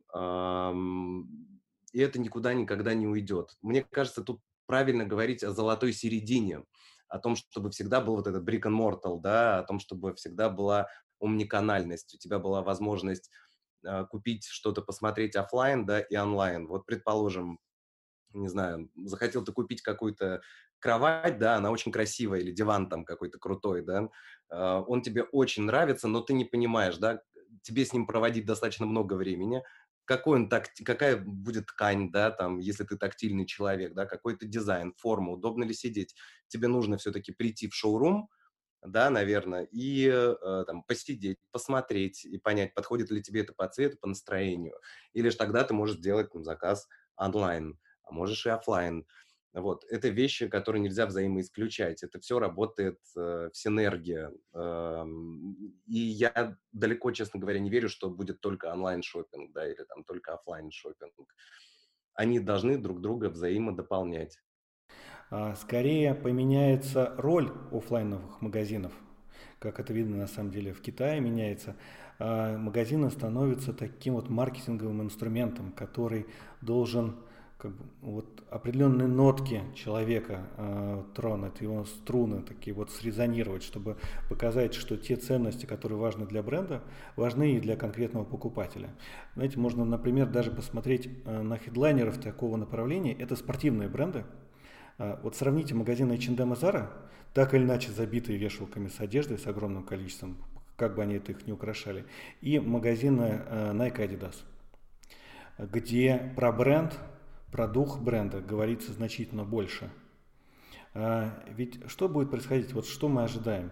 И это никуда никогда не уйдет. Мне кажется, тут правильно говорить о золотой середине, о том, чтобы всегда был вот этот brick and mortar, да, о том, чтобы всегда была омниканальность, у тебя была возможность купить что-то, посмотреть оффлайн, да, и онлайн. Вот, предположим, не знаю, захотел ты купить какую-то кровать, да, она очень красивая, или диван там какой-то крутой, да, он тебе очень нравится, но ты не понимаешь, да, тебе с ним проводить достаточно много времени, какая будет ткань, да, там, если ты тактильный человек, да, какой-то дизайн, форма, удобно ли сидеть. Тебе нужно все-таки прийти в шоурум, да, наверное, и там посидеть, посмотреть и понять, подходит ли тебе это по цвету, по настроению. Или же тогда ты можешь сделать там заказ онлайн, а можешь и оффлайн. Вот. Это вещи, которые нельзя взаимоисключать. Это все работает в синергии. И я далеко, честно говоря, не верю, что будет только онлайн-шоппинг, да, или там только оффлайн-шоппинг. Они должны друг друга взаимодополнять. Скорее поменяется роль оффлайновых магазинов, как это видно на самом деле в Китае меняется. Магазины становятся таким вот маркетинговым инструментом, который должен вот определенные нотки человека тронуть, его струны такие вот срезонировать, чтобы показать, что те ценности, которые важны для бренда, важны и для конкретного покупателя. Знаете, можно, например, даже посмотреть на хедлайнеров такого направления. Это спортивные бренды. Вот сравните магазины H&M и Zara, так или иначе забитые вешалками с одеждой, с огромным количеством, как бы они это их не украшали, и магазины Nike и Adidas, где про бренд, про дух бренда говорится значительно больше. Ведь что будет происходить, вот что мы ожидаем?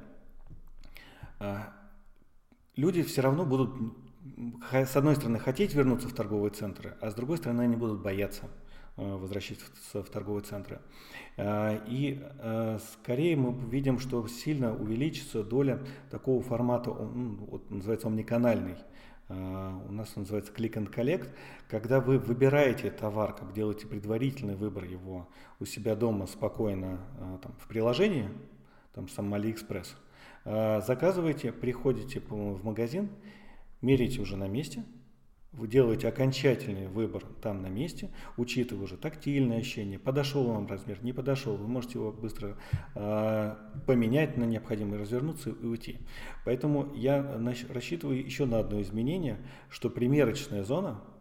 Люди все равно будут, с одной стороны, хотеть вернуться в торговые центры, а с другой стороны, они будут бояться возвращаться в торговые центры. И скорее мы видим, что сильно увеличится доля такого формата, вот называется омниканальный. У нас он называется click and collect, когда вы выбираете товар, как делаете предварительный выбор его у себя дома спокойно там, в приложении, там сам AliExpress, заказываете, приходите в магазин, меряете уже на месте, вы делаете окончательный выбор там на месте, учитывая уже тактильное ощущение, подошел вам размер, не подошел, вы можете его быстро поменять на необходимый, развернуться и уйти. Поэтому я рассчитываю еще на одно изменение, что примерочная зона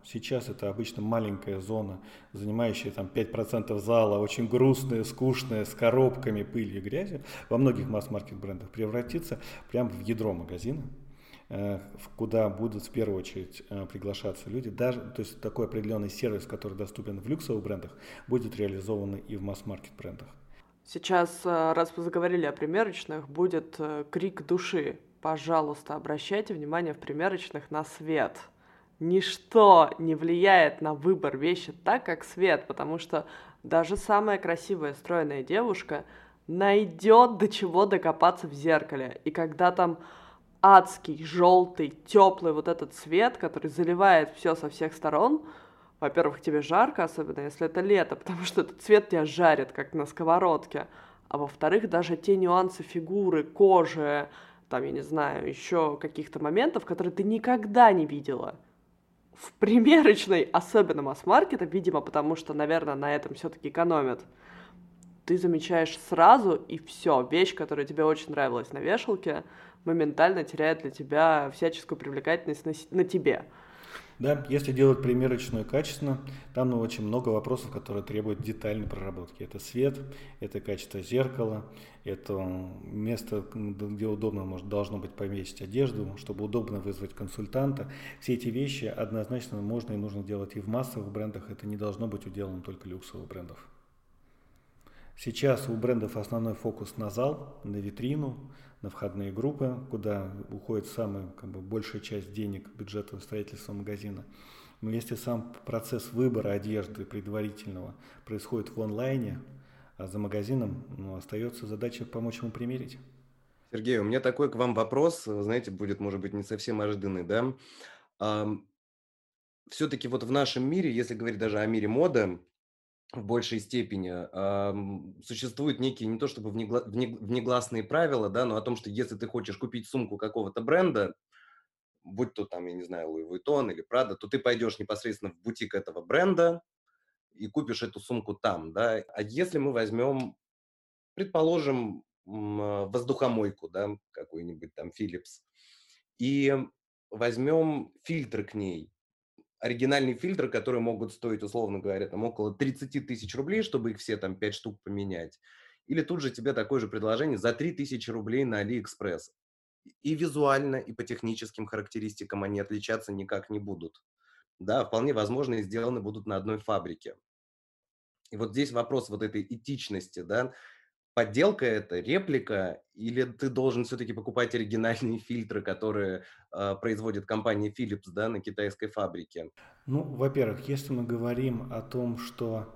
Сейчас это обычно маленькая зона, занимающая там 5% зала, очень грустная, скучная, с коробками, пылью и грязью, во многих масс-маркет брендах превратится прямо в ядро магазина, куда будут в первую очередь приглашаться люди. Даже, то есть такой определенный сервис, который доступен в люксовых брендах, будет реализован и в масс-маркет брендах. Сейчас, раз вы заговорили о примерочных, будет крик души. Пожалуйста, обращайте внимание в примерочных на свет. Ничто не влияет на выбор вещи так, как свет, потому что даже самая красивая, стройная девушка найдет до чего докопаться в зеркале. И когда там адский, желтый, теплый вот этот цвет, который заливает все со всех сторон, во-первых, тебе жарко, особенно если это лето, потому что этот цвет тебя жарит, как на сковородке. А во-вторых, даже те нюансы фигуры, кожи, там, я не знаю, еще каких-то моментов, которые ты никогда не видела. В примерочной, особенно масс-маркета, видимо, потому что, наверное, на этом все-таки экономят, ты замечаешь сразу, и все, вещь, которая тебе очень нравилась на вешалке, моментально теряет для тебя всяческую привлекательность на тебе. Да, если делать примерочную качественно, там очень много вопросов, которые требуют детальной проработки. Это свет, это качество зеркала, это место, где удобно должно быть повесить одежду, чтобы удобно вызвать консультанта. Все эти вещи однозначно можно и нужно делать и в массовых брендах, это не должно быть уделом только люксовых брендов. Сейчас у брендов основной фокус на зал, на витрину, на входные группы, куда уходит самая большая часть денег бюджета строительства магазина. Но если сам процесс выбора одежды предварительного происходит в онлайне, а за магазином остается задача помочь ему примерить. Сергей, у меня такой к вам вопрос, знаете, будет, может быть, не совсем ожиданный, да? Все-таки вот в нашем мире, если говорить даже о мире моды, в большей степени существуют некие, не то чтобы внегласные правила, да, но о том, что если ты хочешь купить сумку какого-то бренда, будь то там, я не знаю, Louis Vuitton или Prada, то ты пойдешь непосредственно в бутик этого бренда и купишь эту сумку там, да. А если мы возьмем, предположим, воздухомойку, да, какую-нибудь там Philips, и возьмем фильтры к ней, оригинальные фильтры, которые могут стоить, условно говоря, там около 30 тысяч рублей, чтобы их все там 5 штук поменять. Или тут же тебе такое же предложение за 3000 рублей на Алиэкспресс. И визуально, и по техническим характеристикам они отличаться никак не будут. Да, вполне возможно, и сделаны будут на одной фабрике. И вот здесь вопрос вот этой этичности, да, подделка это, реплика, или ты должен все-таки покупать оригинальные фильтры, которые производит компания Philips, да, на китайской фабрике? Ну, во-первых, если мы говорим о том, что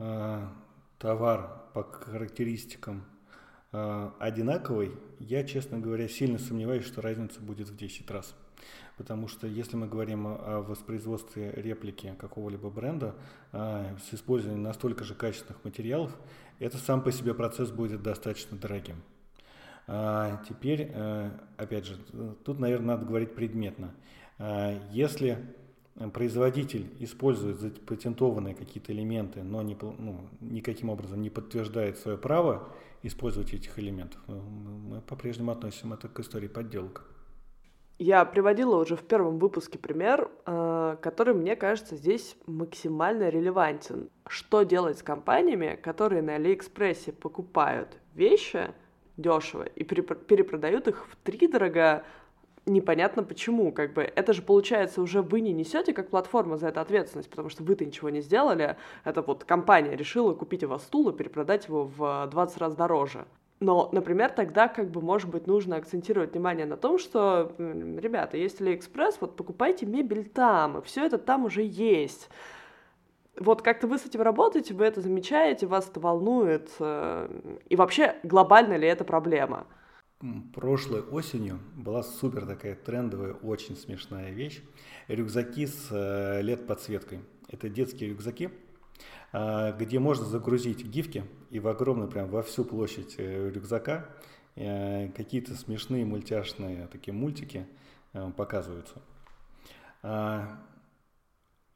товар по характеристикам одинаковый, я, честно говоря, сильно сомневаюсь, что разница будет в 10 раз. Потому что если мы говорим о воспроизводстве реплики какого-либо бренда с использованием настолько же качественных материалов, это сам по себе процесс будет достаточно дорогим. Теперь, опять же, тут, наверное, надо говорить предметно. Если производитель использует запатентованные какие-то элементы, но никаким образом не подтверждает свое право использовать этих элементов, мы по-прежнему относим это к истории подделок. Я приводила уже в первом выпуске пример, который, мне кажется, здесь максимально релевантен. Что делать с компаниями, которые на Алиэкспрессе покупают вещи дешево и перепродают их втридорога, непонятно почему. Это же, получается, уже вы не несете как платформа за это ответственность, потому что вы-то ничего не сделали. Это вот компания решила купить у вас стул и перепродать его в 20 раз дороже. Но, например, тогда, может быть, нужно акцентировать внимание на том, что, ребята, есть Алиэкспресс, вот покупайте мебель там, и все это там уже есть. Вот как-то вы с этим работаете, вы это замечаете, вас это волнует, и вообще глобальна ли это проблема? Прошлой осенью была супер такая трендовая, очень смешная вещь. Рюкзаки с LED-подсветкой. Это детские рюкзаки, где можно загрузить гифки, и в огромную, прям во всю площадь рюкзака какие-то смешные мультяшные такие мультики показываются.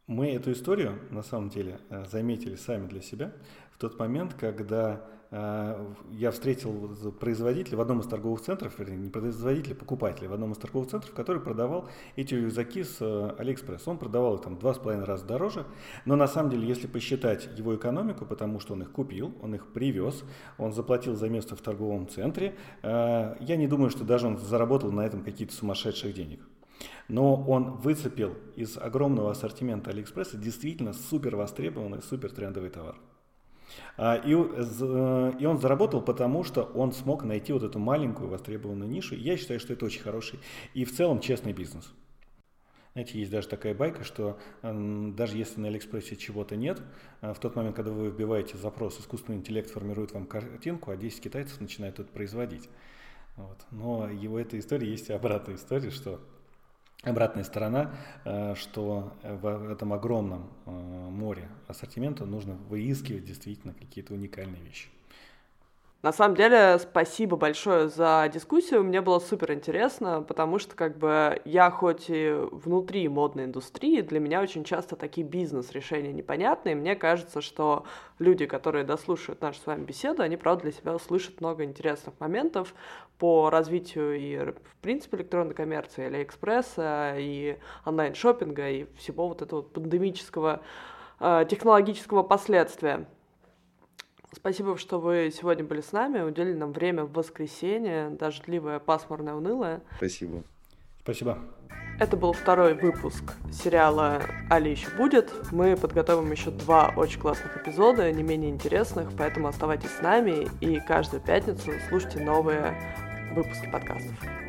Мы эту историю, на самом деле, заметили сами для себя в тот момент, когда я встретил производителя в одном из торговых центров, вернее, не производителя, покупателя в одном из торговых центров, который продавал эти рюкзаки с AliExpress. Он продавал их там 2,5 раза дороже, но на самом деле, если посчитать его экономику, потому что он их купил, он их привез, он заплатил за место в торговом центре, я не думаю, что даже он заработал на этом какие-то сумасшедших денег. Но он выцепил из огромного ассортимента AliExpress действительно супер востребованный, супер трендовый товар. И он заработал, потому что он смог найти вот эту маленькую востребованную нишу. Я считаю, что это очень хороший и в целом честный бизнес. Знаете, есть даже такая байка, что даже если на Алиэкспрессе чего-то нет, в тот момент, когда вы вбиваете запрос, искусственный интеллект формирует вам картинку, а 10 китайцев начинают это производить. Вот. Но в этой истории есть и обратная история, что обратная сторона, что в этом огромном море ассортимента нужно выискивать действительно какие-то уникальные вещи. На самом деле, спасибо большое за дискуссию, мне было супер интересно, потому что я хоть и внутри модной индустрии, для меня очень часто такие бизнес-решения непонятные, мне кажется, что люди, которые дослушают нашу с вами беседу, они, правда, для себя услышат много интересных моментов по развитию и, в принципе, электронной коммерции, Алиэкспресса, и онлайн-шоппинга, и всего вот этого пандемического технологического последствия. Спасибо, что вы сегодня были с нами, уделили нам время в воскресенье, дождливое, пасмурное, унылое. Спасибо. Спасибо. Это был второй выпуск сериала «Али еще будет». Мы подготовим еще 2 очень классных эпизода, не менее интересных, поэтому оставайтесь с нами и каждую пятницу слушайте новые выпуски подкастов.